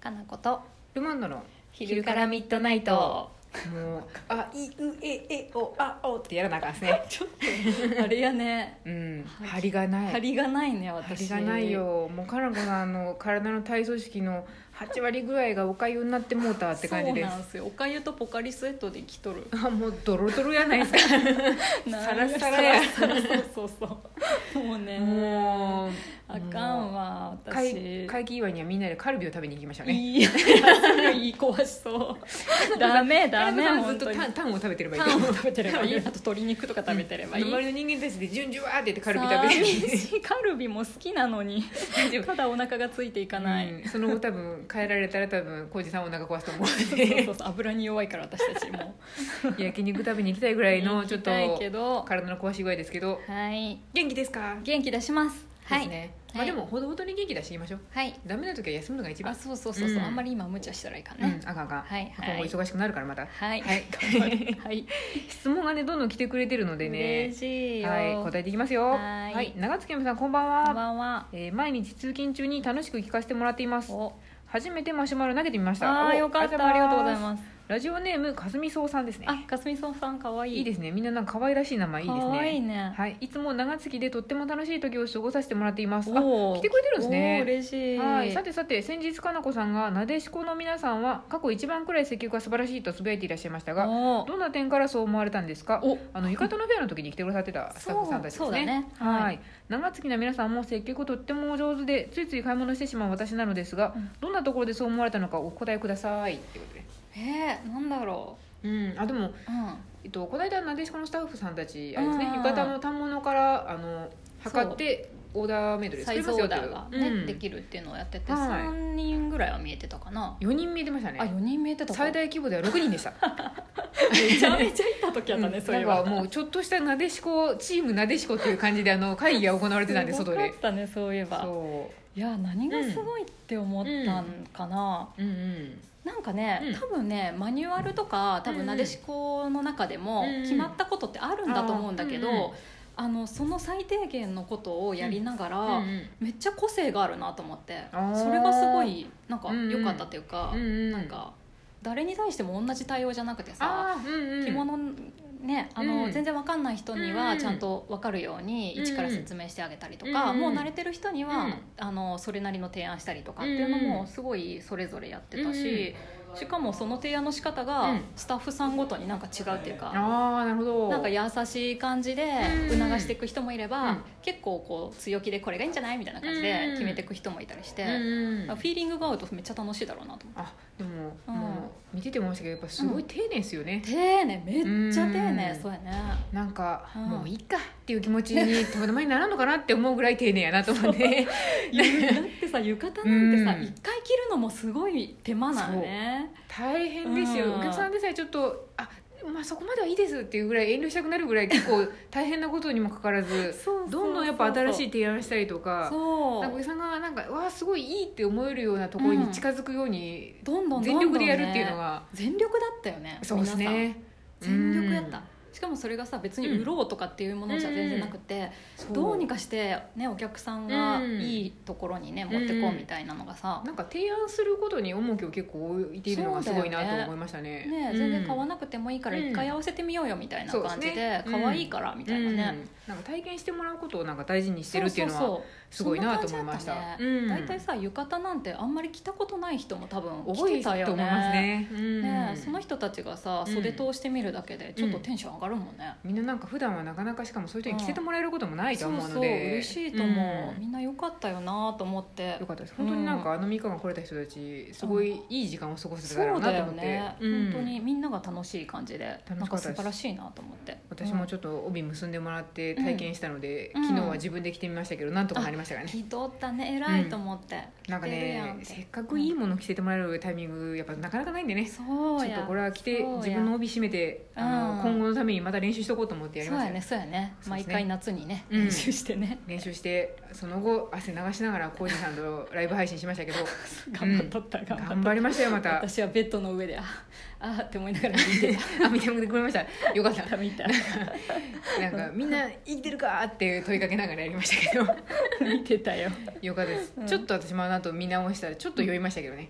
かなことルマンドの昼からミッドナイト。 もうあいうえおあおってやらなあかんですね。 ちょっとあれやね張りがない。 張りがないね私。 張りがないよ。もうかなこさんの体の体組織の8割ぐらいがおかゆになってもうたって感じです。 そうなんですよ。おかゆとポカリスエットできとる。 あ、もうドロドロやないですか。サラサラや。 そうもうね、 もうあかんわ私。 会期祝いにはみんなでカルビを食べに行きましょうね。 いい壊しそうダメずっとタンを食べてればいい。 タンを食べてればいい。あと鶏肉とか食べてればいい。 周りの人間たちで順々わーって言ってカルビ食べてる。 カルビも好きなのにただお腹がついていかない、 その後多分帰られたら浩二さんお腹壊すと思うのでそう油に弱いから私たちも焼肉食べに行きたいぐらいのちょっと行きたいけど体の壊し具合ですけど、 はい、 元気ですか？ 元気出します。はいですね。まあでもほどほどに元気出していきましょう。 はい、 ダメな時は休むのが一番。 そう、あんまり今無茶したらいかんね。 あかん。 はい、 今後忙しくなるからまた。 はい、 はい。質問がねどんどん来てくれてるのでね。 嬉しいよ。 はい、答えていきますよ。はい、長月さんこんばんは。 こんばんは。 毎日通勤中に楽しく聞かせてもらっています。初めてマシュマロ投げてみました。 よかった。ありがとうございます。 ラジオネームかすみそうさんですね。 かすみそうさんかわいい。 いいですね。みんななんか可愛らしい名前いいですね。 可愛いね。 はい。いつも長月でとっても楽しい時を過ごさせてもらっています。来てくれてるんですね。 嬉しい。 はい。さて先日かなこさんがなでしこの皆さんは過去一番くらい積極が素晴らしいとつぶやいていらっしゃいましたが、どんな点からそう思われたんですか？浴衣のフェアの時に来てくださってたスタッフさんたちですね。 そうだね。 はい。長月の皆さんも接客とってもお上手でついつい買い物してしまう私なのですが、どんなところでそう思われたのかお答えくださいってことで。 なんだろう。 でも、この間なでしこのスタッフさんたちあれですね、浴衣の反物から測ってオーダーメイドで作りますよっていうサイズオーダーが、できるっていうのをやってて、3人ぐらいは見えてたかな。 4人見えてましたね。 4人見えてたか。 最大規模では6人でしためちゃめちゃいた時やったね。それはなんかもうちょっとしたなでしこチームなでしこっていう感じで会議が行われてたんで外で。 すごかったね。そういえば。いや何がすごいって思ったんかな。なんかね、多分ねマニュアルとか多分なでしこの中でも決まったことってあるんだと思うんだけど、その最低限のことをやりながら、めっちゃ個性があるなと思って、それがすごいなんか良かったっていうか、なんか誰に対しても同じ対応じゃなくてさ、着物ね、全然わかんない人にはちゃんとわかるように一から説明してあげたりとか、もう慣れてる人にはそれなりの提案したりとかっていうのもすごいそれぞれやってたし、しかもその提案の仕方がスタッフさんごとになんか違うっていうか、 なるほど。 なんか優しい感じで促していく人もいれば、結構こう強気でこれがいいんじゃないみたいな感じで決めていく人もいたりして、フィーリングが合うとめっちゃ楽しいだろうなと思って。 でも、もう見てて思いましたけどやっぱすごい丁寧ですよね。 丁寧、めっちゃ丁寧。そうやね。なんか、 もういいかっていう気持ちにたまたまにならんのかなって思うぐらい丁寧やなと思ってだってさ浴衣なんてさ、一回着るのもすごい手間なのね。 大変ですよ。お客さんでさえちょっとそこまではいいですっていうぐらい遠慮したくなるぐらい結構大変なことにもかかわらずどんどんやっぱ新しい提案したりとか、お客さんがなんかすごいいいって思えるようなところに近づくように全力でやるっていうのが全力だったよね。 そうですね。 全力やった。しかもそれがさ別に売ろうとかっていうものじゃ全然なくて、どうにかして、ね、お客さんがいいところにね、持ってこうみたいなのがさ、 なんか提案することに重きを結構置いているのがすごいなと思いましたね。 全然買わなくてもいいから一回合わせてみようよみたいな感じで、可愛いからみたいなね、 なんか体験してもらうことをなんか大事にしてるっていうのはすごいなと思いました。 大体さ浴衣なんてあんまり着たことない人も多分着てたよね。 と思いますね。 その人たちがさ袖通してみるだけでちょっとテンション上がるもんね。 みんななんか普段はなかなかしかもそういう人に着せてもらえることもないと思うので、 嬉しいと思う。みんな良かったよなと思って。 よかったです。本当になんか3日間来れた人たちすごいいい時間を過ごせただろうなと思って。 本当にみんなが楽しい感じでなんか素晴らしいなと思って。 私もちょっと帯結んでもらって体験したので、昨日は自分で着てみましたけどなんとかなりましたからね。 着とったね、偉いと思って。 なんかねせっかくいいもの着せてもらえるタイミングやっぱなかなかないんでね。ちょっとこれは着て自分の帯締めて今後のためにまた練習しとこうと思ってやりました。 そうやね。毎回夏にね練習してね。 練習してその後汗流しながら浩二さんとライブ配信しましたけど頑張っとった。 頑張りましたよ。また私はベッドの上でって思いながら見てた。 見てくれました。よかった。 見た。 なんかみんな生きてるかって問いかけながらやりましたけど見てたよ。 よかったです。ちょっと私もあの後見直したらちょっと酔いましたけどね。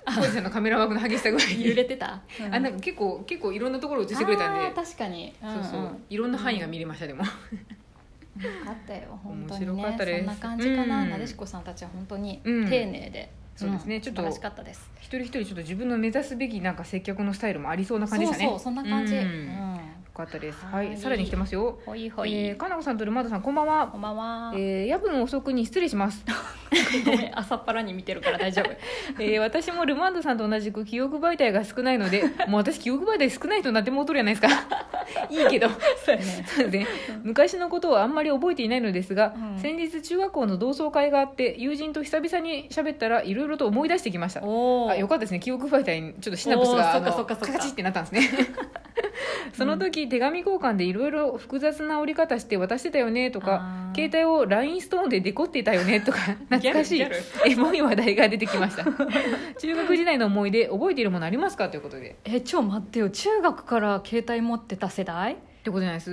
浩二さんのカメラワークの激しさぐらいに揺れてた、 なんか結構いろんなところ映してくれたんで、 確かに、 そういろんな範囲が見れましたでも。 よかったよ本当にね。 面白かったです。 そんな感じかな。なでしこさんたちは本当に丁寧で、 そうですね、ちょっと素晴らしかったです。 一人一人ちょっと自分の目指すべきなんか接客のスタイルもありそうな感じでしたね。 そうそんな感じ。よかったです。はい、さらに来てますよ。 ほいほい。 かなこさんとルマンドさん、こんばんは。 こんばんは。 夜分遅くに失礼します。 ごめん、朝っぱらに見てるから大丈夫。 私もルマンドさんと同じく記憶媒体が少ないので、もう私記憶媒体少ない人になってもうとるやないですか。いいけど、そうですね。昔のことをあんまり覚えていないのですが、先日中学校の同窓会があって友人と久々に喋ったらいろいろと思い出してきました。よかったですね。記憶媒体にちょっとシナプスがカチってなったんですね。その時、手紙交換でいろいろ複雑な折り方して渡してたよねとか、携帯をラインストーンでデコっていたよねとか、懐かしいエモい話題が出てきました。中学時代の思い出覚えているものありますかということで。 ちょ待ってよ、中学から携帯持ってた世代ってことじゃないです。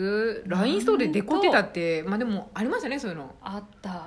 ラインストーンでデコってたって、まあでもありましたね、そういうの。 あった。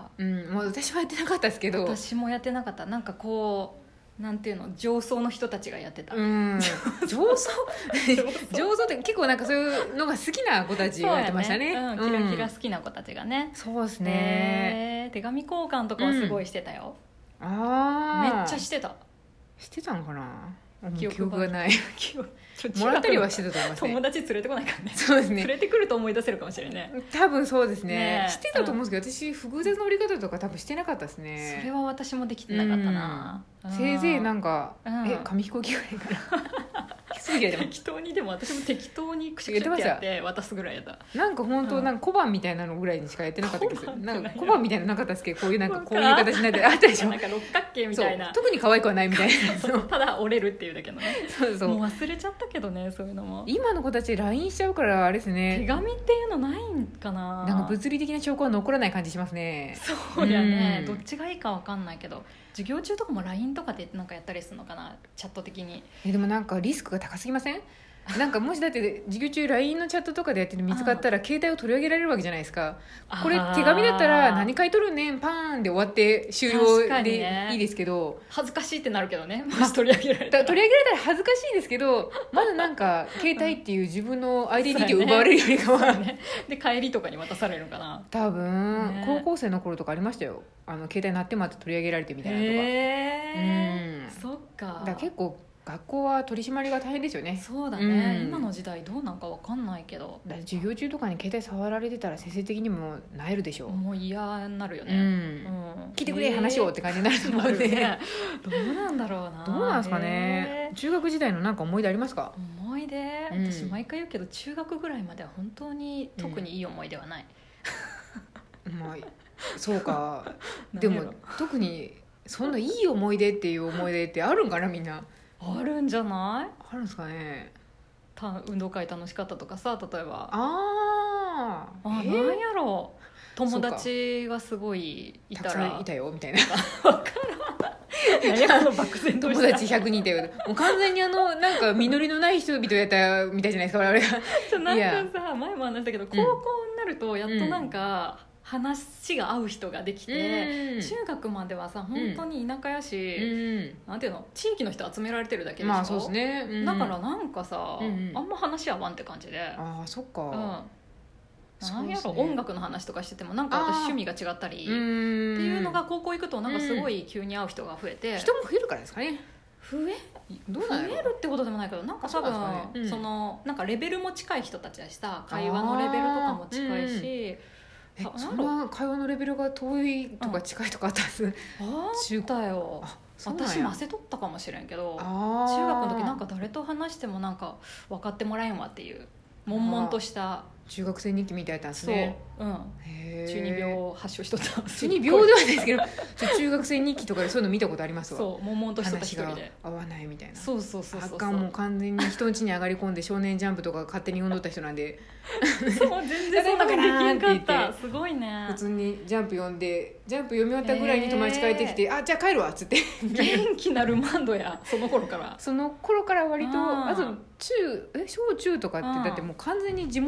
もう私はやってなかったですけど。 私もやってなかった。なんかこうなんていうの、上層の人たちがやってた。 上層って結構なんかそういうのが好きな子たちがやってましたね。 キラキラ好きな子たちがね。 そうですね。 手紙交換とかはすごいしてたよ。めっちゃしてた。 してたのかな。記憶がない。 もらったりはしてたと思いますね。 友達連れてこないからね。 そうですね。 連れてくると思い出せるかもしれないね。 多分そうですね。してたと思うんですけど、私複雑な折り方とか多分してなかったですね。 それは私もできてなかったな。 せいぜいなんか紙飛行機ぐらいかな。 適当に、でも私も適当にクシュクシュってやって渡すぐらいやった。 なんか本当なんか小判みたいなのぐらいにしかやってなかったけど、なんか小判みたいなのなかったですけど、こういうなんかこういう形になってあったでしょ。 なんか六角形みたいな。 特に可愛くはないみたいな。 ただ折れるっていうだけのね。 そうもう忘れちゃったけどね、そういうのも。 今の子たち LINE しちゃうからあれですね。 手紙っていうのないんかな。 なんか物理的な証拠は残らない感じしますね。 そうやね。どっちがいいかわかんないけど。授業中とかも LINE とかでなんかやったりするのかな、チャット的に。 でもなんかリスクが高すぎません？なんかもしだって授業中 LINE のチャットとかでやってるの見つかったら携帯を取り上げられるわけじゃないですか。これ手紙だったら何書いとるねんパーンで終わって終了でいいですけど、 恥ずかしいってなるけどね、もし取り上げられたら取り上げられたら恥ずかしいですけど、まだなんか携帯っていう自分のアイデンティティを奪われるよりかは、 で帰りとかに渡されるのかな。 多分高校生の頃とかありましたよ。携帯鳴ってもらって取り上げられてみたいなとか。 そっか。 だから結構学校は取り締まりが大変ですよね。 そうだね、今の時代どうなんか分かんないけど、 だ授業中とかに携帯触られてたら先生的にもなえるでしょう。 もう嫌になるよね。 聞いてくれ話をって感じになると思うんで、 どうなんだろうな。 どうなんですかね。中学時代のなんか思い出ありますか？ 思い出、私毎回言うけど中学ぐらいまでは本当に特にいい思い出はない。 まあそうか。でも特にそんないい思い出っていう思い出ってあるんかな、みんな。 あるんじゃない？ あるんですかね。 運動会楽しかったとかさ、例えばなんやろう、友達がすごいいたらたくさんいたよみたいな。 分からん。何この漠然とした友達100人いたよ。もう完全になんか実りのない人々やったみたいじゃないですか、我々が。 なんかさ、前も話したけど、高校になるとやっとなんか、話が合う人ができて、中学まではさ本当に田舎やし、なんていうの、地域の人集められてるだけでしょ。 まあそうですね、 だからなんかさ、あんま話合わんって感じで。 そっか。 なんやろ、音楽の話とかしててもなんか私趣味が違ったりっていうのが高校行くとなんかすごい急に会う人が増えて、 人も増えるからですかね。 増えるってことでもないけど、なんか多分そのなんかレベルも近い人たちだしさ、会話のレベルとかも近いし。 そんな会話のレベルが遠いとか近いとかあったんです。 あったよ。私も焦っとったかもしれんけど、中学の時なんか誰と話してもなんか分かってもらえんわっていう悶々とした中学生日記みたいなやつね。 そう、中二病を発症しとった。 中二病ではないですけど中学生日記とかでそういうの見たことありますわ。 そう、悶々としとった一人で合わないみたいな。 そうあかん、もう完全に人ん家に上がり込んで少年ジャンプとか勝手に読んどった人なんでそう、全然そんなことできなかった。すごいね。 普通にジャンプ読んで、ジャンプ読み終わったぐらいに友達帰ってきて、じゃあ帰るわっつって元気なルマンドや。その頃から割とあと小中とかってだってもう完全に地元なんで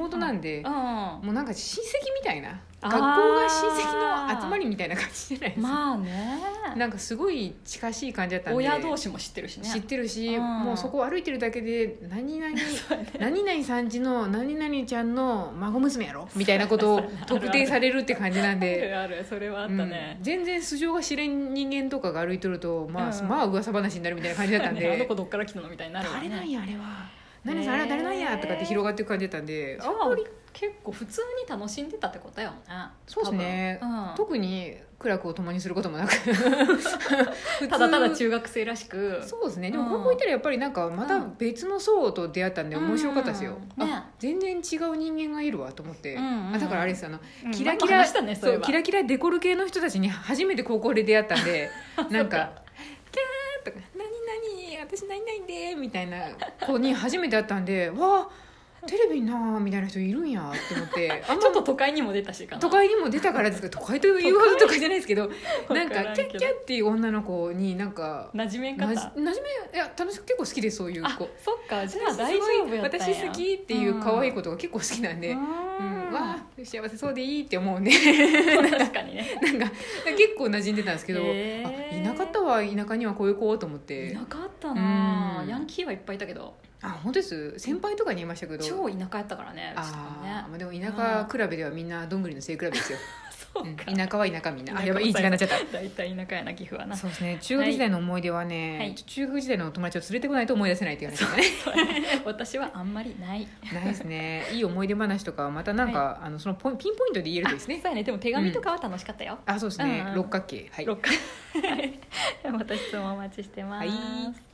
で、もうなんか親戚みたいな、学校が親戚の集まりみたいな感じじゃないですか。 まあね、 なんかすごい近しい感じだったんで、 親同士も知ってるしね、 知ってるし、もうそこを歩いてるだけで何々何々さんちの何々ちゃんの孫娘やろみたいなことを特定されるって感じなんであるそれはあったね、 全然素性が知れん人間とかが歩いてるとまあ噂話になるみたいな感じだったんで、 あの子どっから来たのみたいになるわね、 誰なんやあれは、何さんあれは誰なんやとかって広がっていく感じだったんで、 あんまり結構普通に楽しんでたってことよね。 そうですね、特に苦楽を共にすることもなくただただ中学生らしく、 そうですね。でも高校行ったらやっぱりなんかまた別の層と出会ったんで面白かったですよ、全然違う人間がいるわと思って、だからあれですキラキラ、そうキラキラデコル系の人たちに初めて高校で出会ったんでなんかキャーとか何々私何々でみたいな子に初めて会ったんでわあテレビなーみたいな人いるんやって思ってちょっと都会にも出たしかな、 都会にも出たからですけど、都会というほど都会じゃないですけどなんかキャッキャっていう女の子になんか馴染めんかった、 馴染め、いや楽しく結構好きですそういう子。 そっか、じゃあ大丈夫やったんや。 私好きっていう可愛い子とか結構好きなんで、わあ幸せそうでいいって思うんで確かにねなんか結構馴染んでたんですけど、いなかったわ、田舎にはこういう子と思って。 いなかったな、ヤンキーはいっぱいいたけど。 本当です。先輩とかにいましたけど超田舎やったからね。 でも田舎比べではみんなどんぐりの背比べですよ田舎は田舎みんな。やばい、いい時間になっちゃった。 大体田舎やな、岐阜はな。 そうですね。中学時代の思い出はね、中学時代の友達を連れてこないと思い出せないっていう話だね私はあんまりないですね。いい思い出話とかまたなんか、そのピンポイントで言えるとですね。 そうやね。でも手紙とかは楽しかったよ。 そうですね。六角形。 六角形また質問お待ちしてます。